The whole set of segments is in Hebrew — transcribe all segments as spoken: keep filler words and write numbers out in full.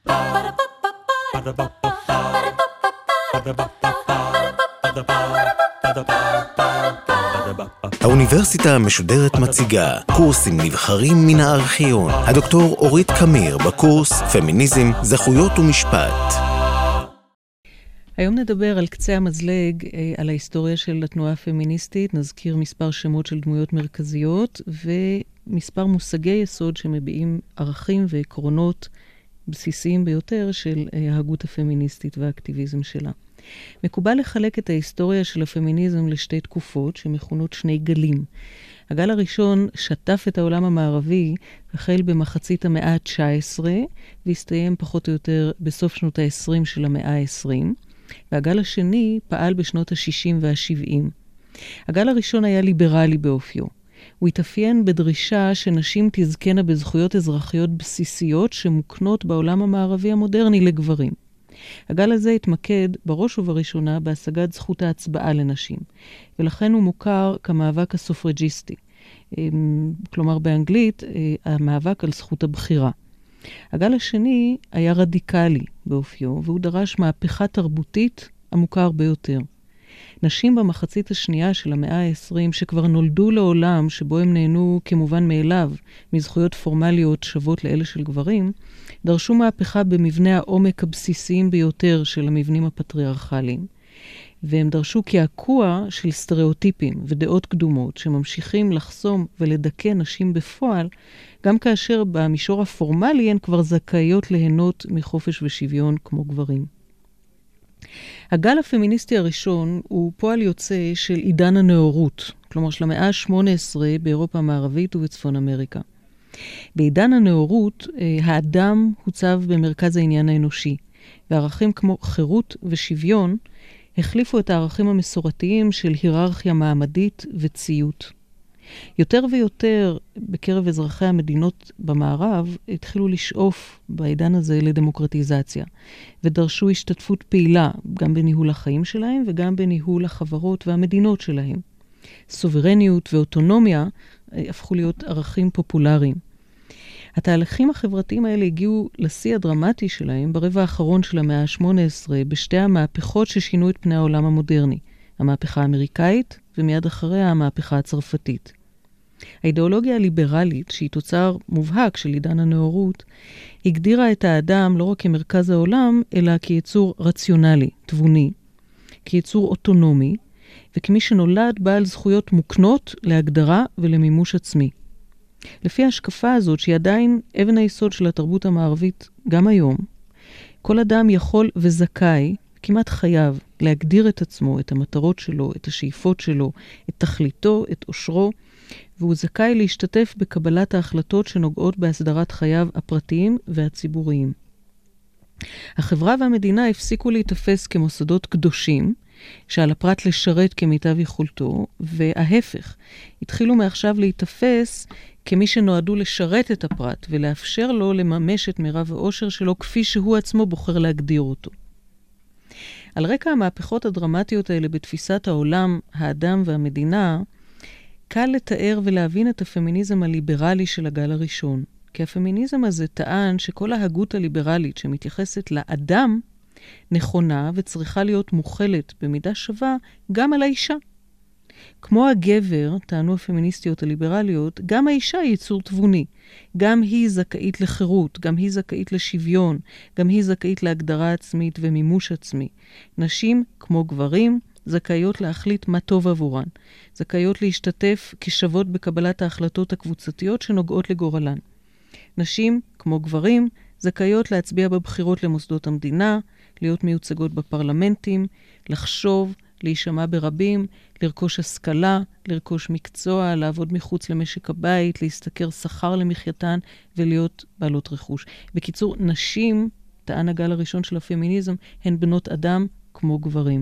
האוניברסיטה המשודרת מציגה קורסים נבחרים מן הארכיון. הדוקטור אורית קמיר בקורס פמיניזם, זכויות ומשפט. היום נדבר על קצה המזלג, על ההיסטוריה של התנועה הפמיניסטית, נזכיר מספר שמות של דמויות מרכזיות ומספר מושגי יסוד שמביעים ערכים ועקרונות בסיסיים ביותר של ההגות הפמיניסטית והאקטיביזם שלה. מקובל לחלק את ההיסטוריה של הפמיניזם לשתי תקופות שמכונות שני גלים. הגל הראשון שטף את העולם המערבי, החל במחצית המאה ה-תשע עשרה והסתיים פחות או יותר בסוף שנות ה-עשרים של המאה ה-עשרים, והגל השני פעל בשנות ה-שישים וה-שבעים. הגל הראשון היה ליברלי באופיו. הוא התאפיין בדרישה שנשים תזכנה בזכויות אזרחיות בסיסיות שמוקנות בעולם המערבי המודרני לגברים. הגל הזה התמקד בראש ובראשונה בהשגת זכות ההצבעה לנשים, ולכן הוא מוכר כמאבק הסופרג'יסטי. כלומר באנגלית, המאבק על זכות הבחירה. הגל השני היה רדיקלי באופיו, והוא דרש מהפכה תרבותית עמוקה הרבה יותר. נשים במחצית השנייה של המאה ה-עשרים שכבר נולדו לעולם שבו הם נהנו כמובן מאליו מזכויות פורמליות שוות לאלה של גברים, דרשו מהפכה במבנה העומק הבסיסיים ביותר של המבנים הפטריארכליים. והם דרשו קעקוע של סטריאוטיפים ודעות קדומות שממשיכים לחסום ולדכא נשים בפועל, גם כאשר במישור הפורמלי הן כבר זכאיות ליהנות מחופש ושוויון כמו גברים. הגל הפמיניסטי הראשון הוא פועל יוצא של עידן הנאורות, כלומר של המאה ה-שמונה עשרה באירופה המערבית ובצפון אמריקה. בעידן הנאורות האדם הוצב במרכז העניין האנושי, וערכים כמו חירות ושוויון החליפו את הערכים המסורתיים של היררכיה מעמדית וציות. יותר ויותר בקרב אזרחי המדינות במערב התחילו לשאוף בעידן הזה לדמוקרטיזציה, ודרשו השתתפות פעילה גם בניהול החיים שלהם וגם בניהול החברות והמדינות שלהם. סוברניות ואוטונומיה הפכו להיות ערכים פופולריים. התהליכים החברתיים האלה הגיעו לשיא הדרמטי שלהם ברבע האחרון של המאה ה-שמונה עשרה בשתי המהפכות ששינו את פני העולם המודרני, המהפכה האמריקאית ומיד אחריה המהפכה הצרפתית. האידיאולוגיה הליברלית, שהיא תוצר מובהק של עידן הנאורות, הגדירה את האדם לא רק כמרכז העולם, אלא כיצור רציונלי, תבוני, כיצור אוטונומי, וכמי שנולד בעל זכויות מוקנות להגדרה ולמימוש עצמי. לפי ההשקפה הזאת, שהיא עדיין אבן היסוד של התרבות המערבית גם היום, כל אדם יכול וזכאי, כמעט חייב, להגדיר את עצמו, את המטרות שלו, את השאיפות שלו, את תכליתו, את אושרו, והוא זכאי להשתתף בקבלת ההחלטות שנוגעות בהסדרת חייו הפרטיים והציבוריים. החברה והמדינה הפסיקו להתאפס כמוסדות קדושים, שעל הפרט לשרת כמיטב יכולתו, וההפך, התחילו מעכשיו להתאפס כמי שנועדו לשרת את הפרט ולאפשר לו לממש את מירב האושר שלו כפי שהוא עצמו בוחר להגדיר אותו. על רקע המהפכות הדרמטיות האלה בתפיסת העולם, האדם והמדינה, קל לתאר ולהבין את הפמיניזם הליברלי של הגל הראשון. כי הפמיניזם הזה טען שכל ההגות הליברלית שמתייחסת לאדם נכונה וצריכה להיות מוכלת במידה שווה גם על האישה. כמו הגבר, טענו הפמיניסטיות הליברליות, גם האישה היא יצור תבוני. גם היא זכאית לחירות, גם היא זכאית לשוויון, גם היא זכאית להגדרה עצמית ומימוש עצמי. נשים, כמו גברים, זכאיות להחליט מה טוב עבורן. זכאיות להשתתף כשוות בקבלת ההחלטות הקבוצתיות שנוגעות לגורלן. נשים, כמו גברים, זכאיות להצביע בבחירות למוסדות המדינה, להיות מיוצגות בפרלמנטים, לחשוב, להישמע ברבים, לרכוש השכלה, לרכוש מקצוע, לעבוד מחוץ למשק הבית, להשתכר שכר למחייתן ולהיות בעלות רכוש. בקיצור, נשים, טען הגל הראשון של הפמיניזם, הן בנות אדם כמו גברים.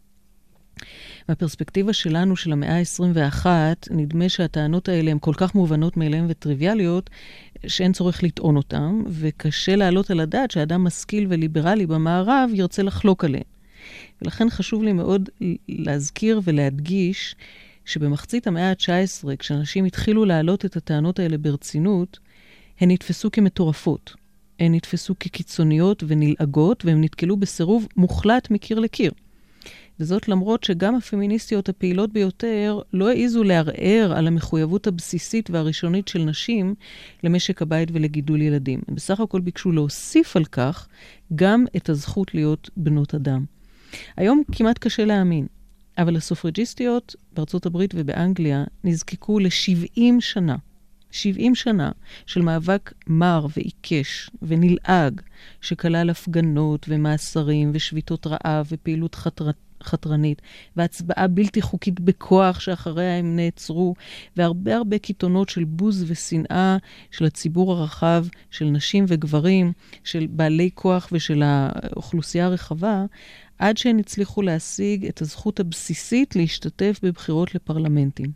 מהפרספקטיבה שלנו של המאה ה-עשרים ואחת, נדמה שהטענות האלה הן כל כך מובנות מאליהן וטריוויאליות, שאין צורך לטעון אותם, וקשה להעלות על הדעת שהאדם משכיל וליברלי במערב ירצה לחלוק עליהן. ולכן חשוב לי מאוד להזכיר ולהדגיש שבמחצית המאה ה-תשע עשרה, כשאנשים התחילו להעלות את הטענות האלה ברצינות, הן נתפסו כמטורפות. הן נתפסו כקיצוניות ונלעגות, והן נתקלו בסירוב מוחלט מקיר לקיר. וזאת למרות שגם הפמיניסטיות הפעילות ביותר לא העיזו לערער על המחויבות הבסיסית והראשונית של נשים למשק הבית ולגידול ילדים. הם בסך הכל ביקשו להוסיף על כך גם את הזכות להיות בנות אדם. היום כמעט קשה להאמין, אבל הסופרג'יסטיות בארצות הברית ובאנגליה נזקקו ל-שבעים שנה, שבעים שנה של מאבק מר ועיקש ונלעג, שכלל הפגנות ומאסרים ושביתות רעב ופעילות חתרת, חתרנית, והצבעה בלתי חוקית בכוח שאחריה הם נעצרו, והרבה הרבה קיתונות של בוז ושנאה של הציבור הרחב, של נשים וגברים, של בעלי כוח ושל האוכלוסייה הרחבה, עד שהן הצליחו להשיג את הזכות הבסיסית להשתתף בבחירות לפרלמנטים.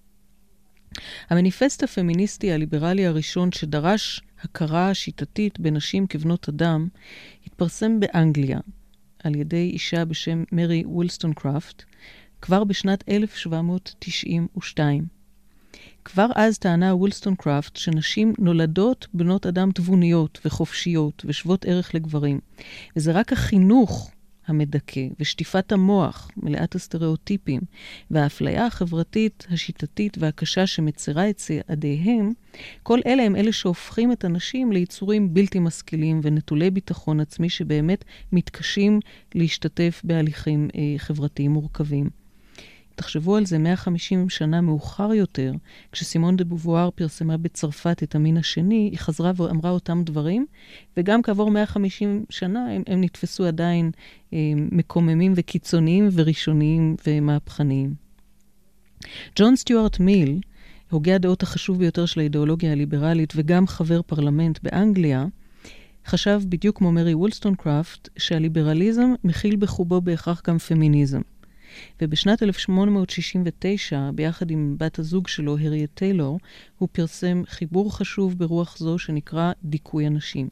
המניפסט הפמיניסטי הליברלי הראשון שדרש הכרה שיטתית בנשים כבנות אדם, התפרסם באנגליה, על ידי אישה בשם מרי וולסטונקראפט, כבר בשנת אלף שבע מאות תשעים ושתיים. כבר אז טענה וולסטונקראפט שנשים נולדות בנות אדם תבוניות וחופשיות ושוות ערך לגברים. וזה רק החינוך המדכא ושטיפת המוח, מלאת הסטריאוטיפים, והאפליה החברתית, השיטתית והקשה שמצרה את צעדיהם, כל אלה הם אלה שהופכים את הנשים ליצורים בלתי משכילים ונטולי ביטחון עצמי שבאמת מתקשים להשתתף בהליכים אה, חברתיים מורכבים. תחשבו על זה מאה וחמישים שנה מאוחר יותר, כשסימון דה בובואר פרסמה בצרפת את המין השני, היא חזרה ואמרה אותם דברים, וגם כעבור מאה וחמישים שנה הם, הם נתפסו עדיין אה, מקוממים וקיצוניים וראשוניים ומהפכניים. ג'ון סטיוארט מיל, הוגה הדעות החשוב ביותר של האידיאולוגיה הליברלית וגם חבר פרלמנט באנגליה, חשב בדיוק כמו מרי וולסטונקראפט שהליברליזם מכיל בחובו בהכרח גם פמיניזם. ובשנת אלף שמונה מאות שישים ותשע, ביחד עם בת הזוג שלו, הריאט טיילור, הוא פרסם חיבור חשוב ברוח זו שנקרא דיכוי הנשים.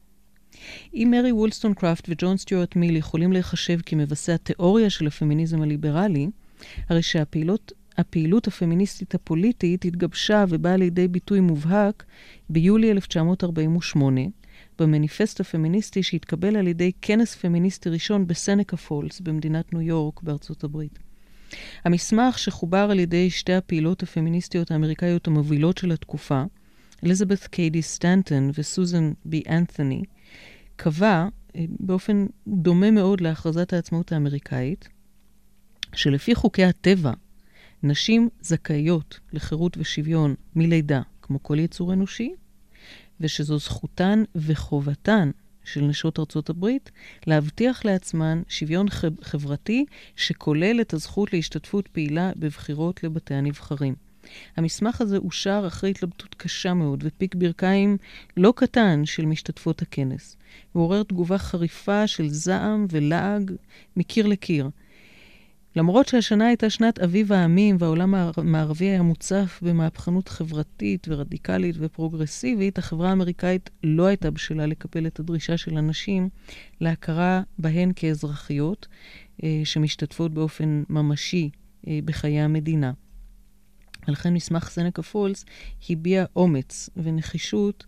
אם מרי וולסטונקראפט וג'ון סטיוארט מיל יכולים להיחשב כמבססי התיאוריה של הפמיניזם הליברלי, הרי שהפעילות הפעילות הפמיניסטית הפוליטית התגבשה ובאה לידי ביטוי מובהק ביולי אלף תשע מאות ארבעים ושמונה, במניפסט הפמיניסטי שהתקבל על ידי כנס פמיניסטי ראשון בסנקה פולס במדינת ניו יורק בארצות הברית. המסמך שחובר על ידי שתי הפעילות הפמיניסטיות האמריקאיות המובילות של התקופה, אליזבת קיידי סטנטון וסוזן בי אנת'וני, קבע באופן דומה מאוד להכרזת העצמאות האמריקאית, שלפי חוקי הטבע, נשים זכאיות לחירות ושוויון מלידה כמו כל יצור אנושי, ושזו זכותן וחובתן של נשות ארצות הברית להבטיח לעצמן שוויון חברתי שכולל את הזכות להשתתפות פעילה בבחירות לבתי הנבחרים. המסמך הזה אושר אחרי התלבטות קשה מאוד ופיק ברכיים לא קטן של משתתפות הכנס. הוא עורר תגובה חריפה של זעם ולעג מקיר לקיר. למרות שהשנה הייתה שנת אביב העמים והעולם המערבי היה מוצף במהפכנות חברתית ורדיקלית ופרוגרסיבית, החברה האמריקאית לא הייתה בשלה לקבל את הדרישה של הנשים להכרה בהן כאזרחיות שמשתתפות באופן ממשי בחיי המדינה. ולכן מסמך סנקה פולס הביע אומץ ונחישות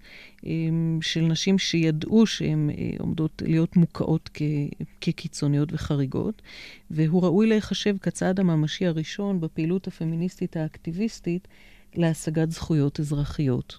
של נשים שידעו שהן עומדות להיות מוקעות כקיצוניות וחריגות, והוא ראוי להיחשב כצעד הממשי הראשון בפעילות הפמיניסטית האקטיביסטית להשגת זכויות אזרחיות.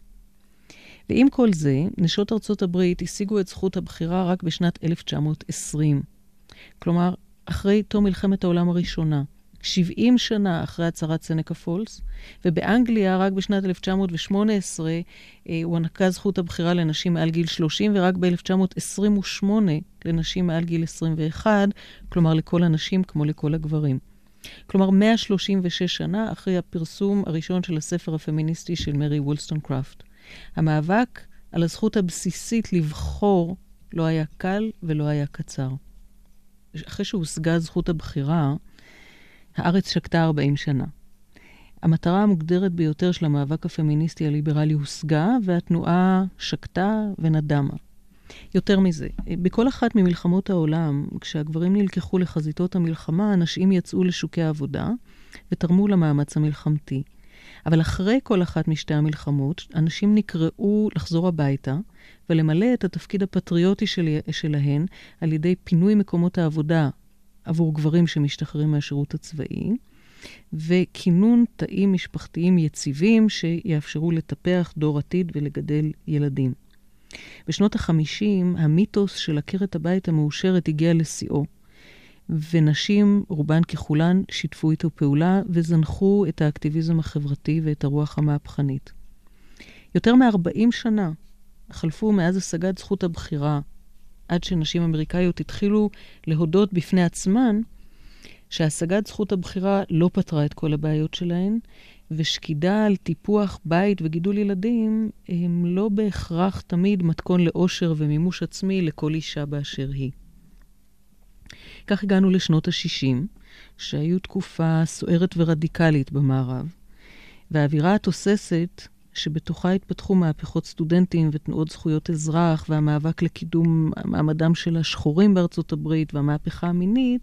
ועם כל זה, נשות ארצות הברית השיגו את זכות הבחירה רק בשנת אלף תשע מאות עשרים. כלומר, אחרי תום מלחמת העולם הראשונה. שבעים שנה אחרי הצהרת סנקה פולס, ובאנגליה רק בשנת אלף תשע מאות שמונה עשרה אה, הוא ענקה זכות הבחירה לנשים מעל גיל שלושים, ורק ב-אלף תשע מאות עשרים ושמונה לנשים מעל גיל עשרים ואחת, כלומר לכל הנשים כמו לכל הגברים. כלומר מאה שלושים ושש שנה אחרי הפרסום הראשון של הספר הפמיניסטי של מרי וולסטונקראפט. המאבק על הזכות הבסיסית לבחור לא היה קל ולא היה קצר. אחרי שהושגה זכות הבחירה, הארץ שקטה ארבעים שנה. המטרה המוגדרת ביותר של המאבק הפמיניסטי הליברלי הושגה, והתנועה שקטה ונדמה. יותר מזה, בכל אחת ממלחמות העולם, כשהגברים נלקחו לחזיתות המלחמה, הנשים יצאו לשוקי העבודה ותרמו למאמץ המלחמתי. אבל אחרי כל אחת משתי המלחמות, אנשים נקראו לחזור הביתה ולמלא את התפקיד הפטריוטי של, שלהן על ידי פינוי מקומות העבודה עבור גברים שמשתחררים מהשירות הצבאי, וכינון תאים משפחתיים יציבים שיאפשרו לטפח דור עתיד ולגדל ילדים. בשנות ה-חמישים, המיתוס של עקרת הבית המאושרת הגיע לשיאו, ונשים, רובן ככולן, שיתפו איתו פעולה וזנחו את האקטיביזם החברתי ואת הרוח המהפכנית. יותר מ-ארבעים שנה חלפו מאז השגת זכות הבחירה, עד שנשים אמריקאיות התחילו להודות בפני עצמן, שהשגת זכות הבחירה לא פתרה את כל הבעיות שלהן, ושקידה על טיפוח בית וגידול ילדים הם לא בהכרח תמיד מתכון לאושר ומימוש עצמי לכל אישה באשר היא. כך הגענו לשנות ה-שישים, שהיו תקופה סוערת ורדיקלית במערב, והאווירה התוססת שבתוכה התפתחו מהפכות סטודנטים ותנועות זכויות אזרח, והמאבק לקידום מעמדם של השחורים בארצות הברית והמהפכה המינית,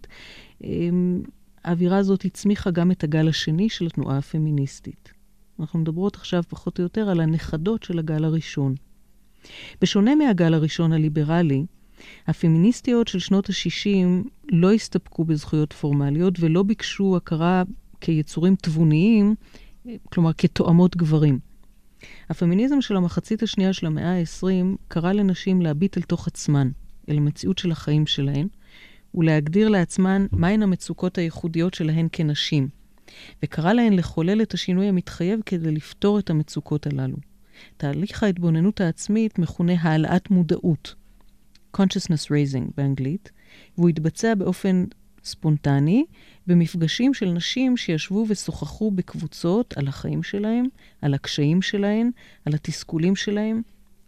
האווירה הזאת הצמיחה גם את הגל השני של התנועה הפמיניסטית. אנחנו מדברות עכשיו פחות או יותר על הנכדות של הגל הראשון. בשונה מהגל הראשון הליברלי, הפמיניסטיות של שנות ה-שישים לא הסתפקו בזכויות פורמליות ולא ביקשו הכרה כיצורים תבוניים, כלומר כתואמות גברים. הפמיניזם של המחצית השנייה של המאה ה-עשרים קרא לנשים להביט אל תוך עצמן, אל המציאות של החיים שלהן, ולהגדיר לעצמן מהן המצוקות הייחודיות שלהן כנשים, וקרא להן לחולל את השינוי המתחייב כדי לפתור את המצוקות הללו. תהליך ההתבוננות העצמית מכונה העלאת מודעות, consciousness raising באנגלית, והוא התבצע באופן ספונטני במפגשים של נשים שישבו ושוחחו בקבוצות על החיים שלהם, על הקשיים שלהם, על התסכולים שלהם.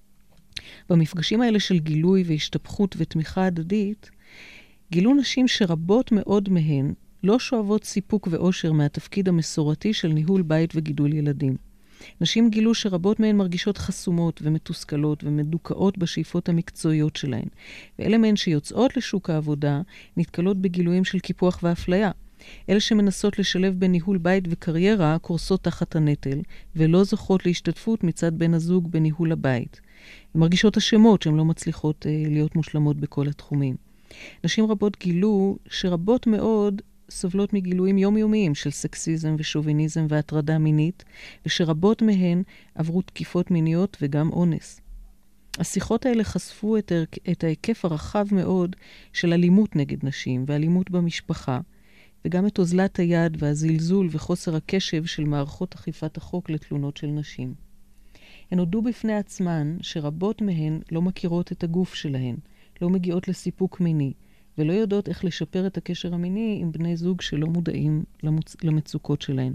במפגשים האלה של גילוי והשתפכות ותמיכה הדדית, גילו נשים שרבות מאוד מהן לא שואבות סיפוק ואושר מהתפקיד המסורתי של ניהול בית וגידול ילדים. נשים גילו שרבות מהן מרגישות חסומות ומתוסכלות ומדוכאות בשאיפות המקצועיות שלהן, ואלה מהן שיוצאות לשוק העבודה נתקלות בגילויים של קיפוח ואפליה. אלה שמנסות לשלב בין ניהול בית וקריירה קורסות תחת הנטל, ולא זוכות להשתתפות מצד בן הזוג בניהול הבית. מרגישות אשמות שהן לא מצליחות אה, להיות מושלמות בכל התחומים. נשים רבות גילו שרבות מאוד סובלות מגילויים יומיומיים של סקסיזם ושוביניזם והטרדה מינית, ושרבות מהן עברו תקיפות מיניות וגם אונס. השיחות האלה חשפו את, את ההיקף הרחב מאוד של אלימות נגד נשים ואלימות במשפחה, וגם את אוזלת היד והזלזול וחוסר הקשב של מערכות אכיפת החוק לתלונות של נשים. הן הודו בפני עצמן שרבות מהן לא מכירות את הגוף שלהן, לא מגיעות לסיפוק מיני, ולא יודעות איך לשפר את הקשר המיני עם בני זוג שלא מודעים למצ... למצוקות שלהן.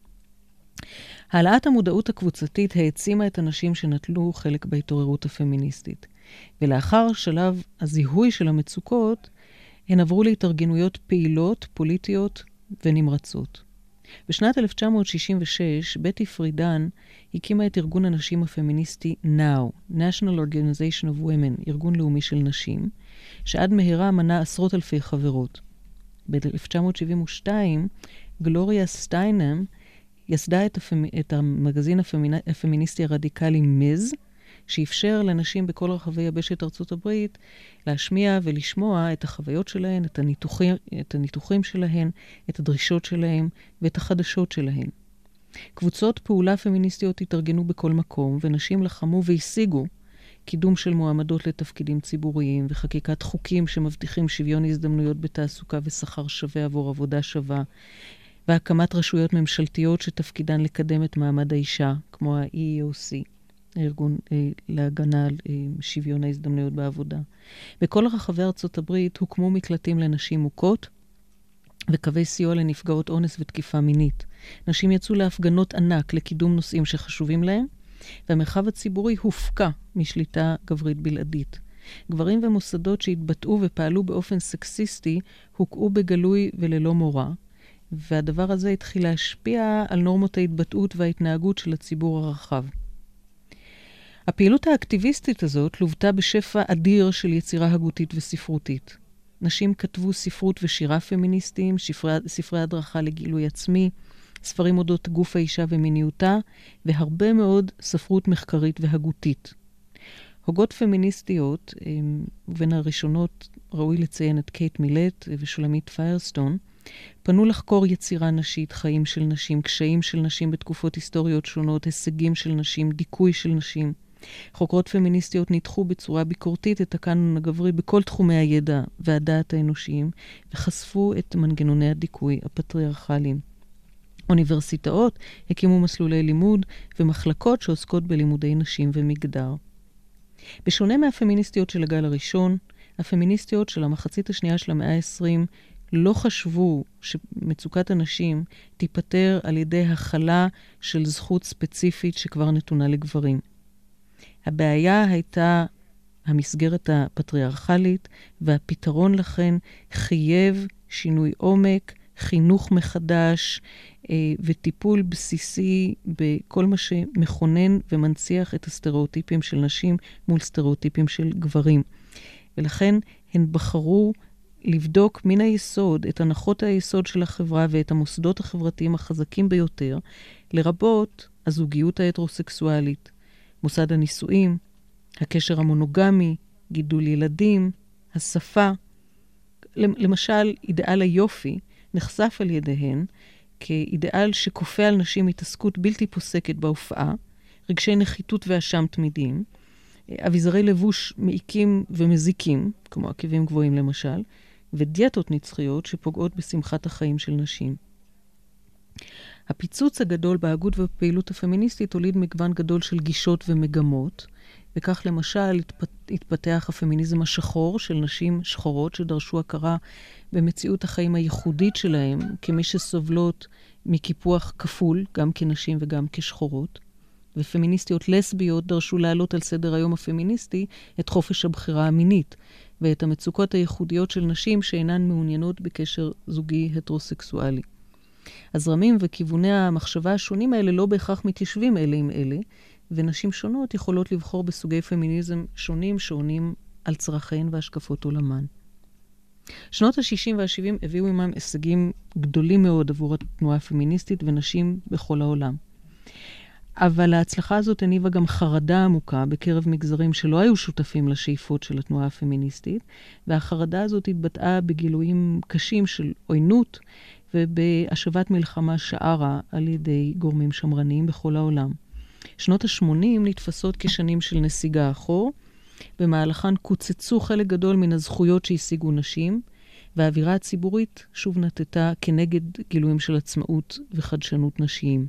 העלאת המודעות הקבוצתית העצימה את הנשים שנטלו חלק בהתעוררות הפמיניסטית, ולאחר שלב הזיהוי של המצוקות, הן עברו להתארגנויות פעילות, פוליטיות ונמרצות. בשנת אלף תשע מאות שישים ושש, בטי פרידן הקימה את ארגון הנשים הפמיניסטי נאו, National Organization of Women, ארגון לאומי של נשים, שעד מהרה מנה עשרות אלפי חברות. ב-אלף תשע מאות שבעים ושתיים, גלוריה סטיינם יסדה את, הפמ... את המגזין הפמיני... הפמיניסטי הרדיקלי מיז, שאפשר לנשים בכל רחבי יבשת ארצות הברית להשמיע ולשמוע את החוויות שלהן, את הניתוחים, את הניתוחים שלהן, את הדרישות שלהן ואת החדשות שלהן. קבוצות פעולה פמיניסטיות התארגנו בכל מקום, ונשים לחמו והשיגו קידום של מועמדות לתפקידים ציבוריים וחקיקת חוקים שמבטיחים שוויון הזדמנויות בתעסוקה ושכר שווה עבור עבודה שווה, והקמת רשויות ממשלתיות שתפקידן לקדם את מעמד האישה, כמו ה-E E O C. הארגון אה, להגנה על אה, שוויון ההזדמנויות בעבודה. בכל רחבי ארצות הברית הוקמו מקלטים לנשים מוכות וקווי סיוע לנפגעות אונס ותקיפה מינית. נשים יצאו להפגנות ענק לקידום נושאים שחשובים להם, והמרחב הציבורי הופקע משליטה גברית בלעדית. גברים ומוסדות שהתבטאו ופעלו באופן סקסיסטי הוקעו בגלוי וללא מורא, והדבר הזה התחיל להשפיע על נורמות ההתבטאות וההתנהגות של הציבור הרחב. הפעילות האקטיביסטית הזאת לוותה בשפע אדיר של יצירה הגותית וספרותית. נשים כתבו ספרות ושירה פמיניסטיים, ספרי, ספרי הדרכה לגילוי עצמי, ספרים אודות גוף האישה ומיניותה, והרבה מאוד ספרות מחקרית והגותית. הוגות פמיניסטיות, ובין הראשונות ראוי לציין את קייט מילט ושולמית פיירסטון, פנו לחקור יצירה נשית, חיים של נשים, קשיים של נשים בתקופות היסטוריות שונות, הישגים של נשים, דיכוי של נשים. חוקרות פמיניסטיות ניתחו בצורה ביקורתית את הקאנון הגברי בכל תחומי הידע והדעת האנושיים, וחשפו את מנגנוני הדיכוי הפטריארכליים. אוניברסיטאות הקימו מסלולי לימוד ומחלקות שעוסקות בלימודי נשים ומגדר. בשונה מהפמיניסטיות של הגל הראשון, הפמיניסטיות של המחצית השנייה של המאה ה-עשרים לא חשבו שמצוקת הנשים תיפטר על ידי החלה של זכות ספציפית שכבר נתונה לגברים. הבעיה הייתה המסגרת הפטריארכלית, והפתרון לכן חייב שינוי עומק, חינוך מחדש אה, וטיפול בסיסי בכל מה שמכונן ומנציח את הסטריאוטיפים של נשים מול סטריאוטיפים של גברים. ולכן הן בחרו לבדוק מן היסוד את הנחות היסוד של החברה ואת המוסדות החברתיים החזקים ביותר, לרבות הזוגיות ההטרוסקסואלית, מוסד הנישואים, הקשר המונוגמי, גידול ילדים, השפה. למשל, אידאל היופי נחשף על ידיהן כאידאל שכופה על נשים התעסקות בלתי פוסקת בהופעה, רגשי נחיתות ואשם תמידים, אביזרי לבוש מעיקים ומזיקים, כמו עקבים גבוהים למשל, ודיאטות נצחיות שפוגעות בשמחת החיים של נשים. הפיצוץ הגדול בהגות ובפעילות הפמיניסטית הוליד מגוון גדול של גישות ומגמות, וכך למשל התפתח הפמיניזם השחור של נשים שחורות שדרשו הכרה במציאות החיים הייחודית שלהם, כמי שסובלות מקיפוח כפול, גם כנשים וגם כשחורות. ופמיניסטיות לסביות דרשו להעלות על סדר היום הפמיניסטי את חופש הבחירה המינית, ואת המצוקות הייחודיות של נשים שאינן מעוניינות בקשר זוגי הטרוסקסואלי. הזרמים וכיווני המחשבה השונים האלה לא בהכרח מתיישבים אלה עם אלה, ונשים שונות יכולות לבחור בסוגי פמיניזם שונים שעונים על צרכיהן והשקפות עולמן. שנות ה-שישים וה-שבעים הביאו עמם הישגים גדולים מאוד עבור התנועה הפמיניסטית ונשים בכל העולם. אבל ההצלחה הזאת הניבה גם חרדה עמוקה בקרב מגזרים שלא היו שותפים לשאיפות של התנועה הפמיניסטית, והחרדה הזאת התבטאה בגילויים קשים של עוינות ובהשבת מלחמה שערה על ידי גורמים שמרניים בכל העולם. שנות ה-שמונים נתפסות כשנים של נסיגה אחור, במהלכן קוצצו חלק גדול מן הזכויות שהשיגו נשים, והאווירה הציבורית שוב נטטה כנגד גילויים של עצמאות וחדשנות נשיים.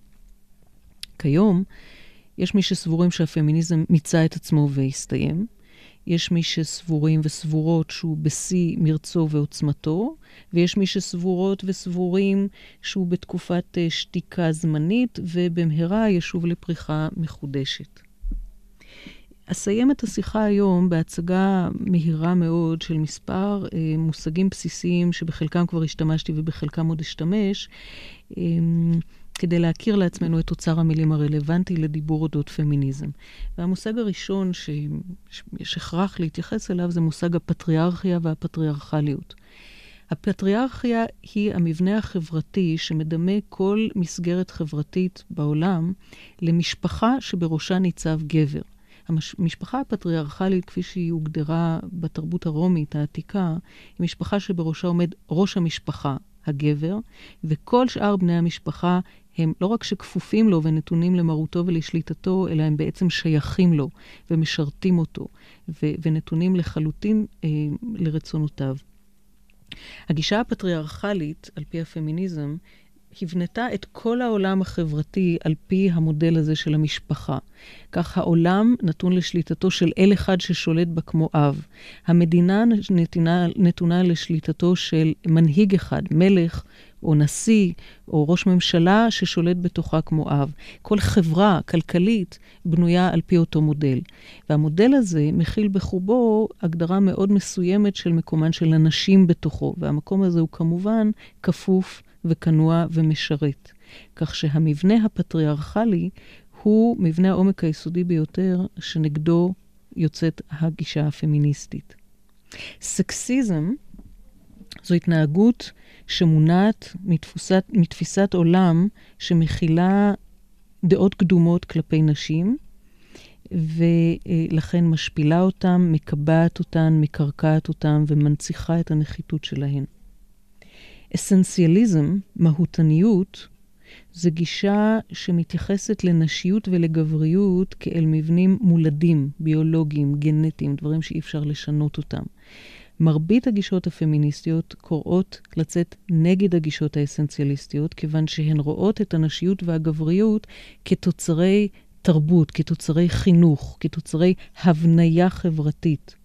כיום יש מי שסבורים שהפמיניזם מיצה את עצמו והסתיים, יש מי שסבורים וסבורות שהוא בשיא מרצו ועוצמתו, ויש מי שסבורות וסבורים שהוא בתקופת שתיקה זמנית, ובמהרה ישוב לפריחה מחודשת. אסיים את השיחה היום בהצגה מהירה מאוד של מספר אה, מושגים בסיסיים שבחלקם כבר השתמשתי ובחלקם עוד אשתמש, אה, כדי להכיר לעצמנו את אוצר המילים הרלוונטי לדיבור אודות פמיניזם. והמושג הראשון שיש הכרח להתייחס אליו זה מושג הפטריארכיה והפטריארכליות. הפטריארכיה היא המבנה החברתי שמדמה כל מסגרת חברתית בעולם למשפחה שבראשה ניצב גבר. המשפחה הפטריארכלית, כפי שהיא הוגדרה בתרבות הרומית העתיקה, היא משפחה שבראשה עומד ראש המשפחה, הגבר, וכל שאר בני המשפחה הם לא רק שכפופים לו ונתונים למרותו ולשליטתו, אלא הם בעצם שייכים לו ומשרתים אותו, ו- ונתונים לחלוטין אה, לרצונותיו. הגישה הפטריארכלית, על פי הפמיניזם, הבנתה את כל העולם החברתי על פי המודל הזה של המשפחה. כך העולם נתון לשליטתו של אל אחד ששולט בה כמו אב. המדינה נתונה, נתונה לשליטתו של מנהיג אחד, מלך או נשיא או ראש ממשלה ששולט בתוכה כמו אב. כל חברה כלכלית בנויה על פי אותו מודל. והמודל הזה מכיל בחובו הגדרה מאוד מסוימת של מקומן של הנשים בתוכו. והמקום הזה הוא כמובן כפוף וכנוע ומשרת. כך שהמבנה הפטריארכלי הוא מבנה העומק היסודי ביותר שנגדו יוצאת הגישה הפמיניסטית. סקסיזם זו התנהגות שמונעת מתפוסת, מתפיסת עולם שמכילה דעות קדומות כלפי נשים, ולכן משפילה אותם, מקבעת אותן, מקרקעת אותן ומנציחה את הנחיתות שלהן. אסנציאליזם, מהותניות, זה גישה שמתייחסת לנשיות ולגבריות כאל מבנים מולדים, ביולוגיים, גנטיים, דברים שאי אפשר לשנות אותם. מרבית הגישות הפמיניסטיות קוראות לצאת נגד הגישות האסנציאליסטיות, כיוון שהן רואות את הנשיות והגבריות כתוצרי תרבות, כתוצרי חינוך, כתוצרי הבניה חברתית.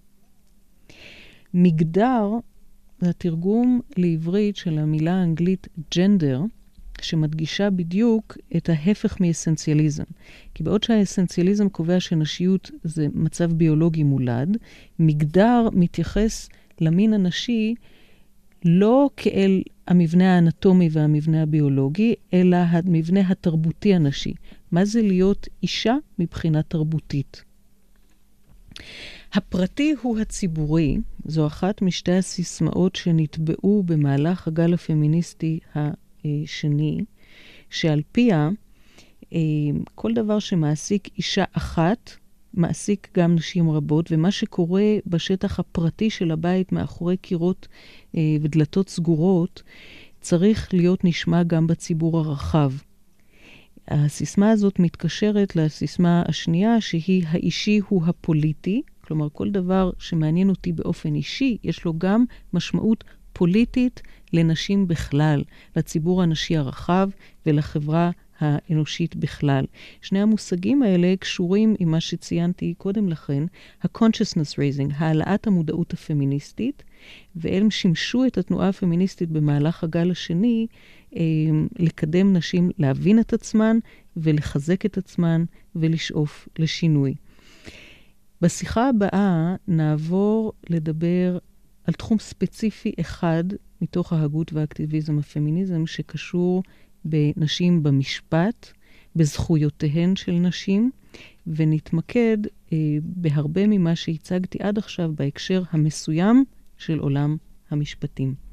מגדר זה התרגום לעברית של המילה האנגלית ג'נדר, שמדגישה בדיוק את ההפך מאסנציאליזם. כי בעוד שהאסנציאליזם קובע שנשיות זה מצב ביולוגי מולד, מגדר מתייחס למין הנשי לא כאל המבנה האנטומי והמבנה הביולוגי, אלא המבנה התרבותי הנשי. מה זה להיות אישה מבחינה תרבותית? הפרטי הוא הציבורי, זו אחת משתי הסיסמאות שנטבעו במהלך הגל הפמיניסטי השני, שעל פיה כל דבר שמעסיק אישה אחת, מעסיק גם נשים רבות, ומה שקורה בשטח הפרטי של הבית מאחורי קירות ודלתות סגורות, צריך להיות נשמע גם בציבור הרחב. הסיסמה הזאת מתקשרת לסיסמה השנייה, שהיא האישי הוא הפוליטי, כלומר כל דבר שמעניין אותי באופן אישי, יש לו גם משמעות פוליטית לנשים בכלל, לציבור הנשי הרחב ולחברה האנושית בכלל. שני המושגים האלה קשורים עם מה שציינתי קודם לכן, ה-consciousness raising, העלאת המודעות הפמיניסטית, והם שימשו את התנועה הפמיניסטית במהלך הגל השני, אה, לקדם נשים להבין את עצמן ולחזק את עצמן ולשאוף לשינוי. בשיחה הבאה נעבור לדבר על תחום ספציפי אחד מתוך ההגות והאקטיביזם הפמיניזם שקשור בנשים במשפט, בזכויותיהן של נשים, ונתמקד אה, בהרבה ממה שהצגתי עד עכשיו בהקשר המסוים של עולם המשפטים.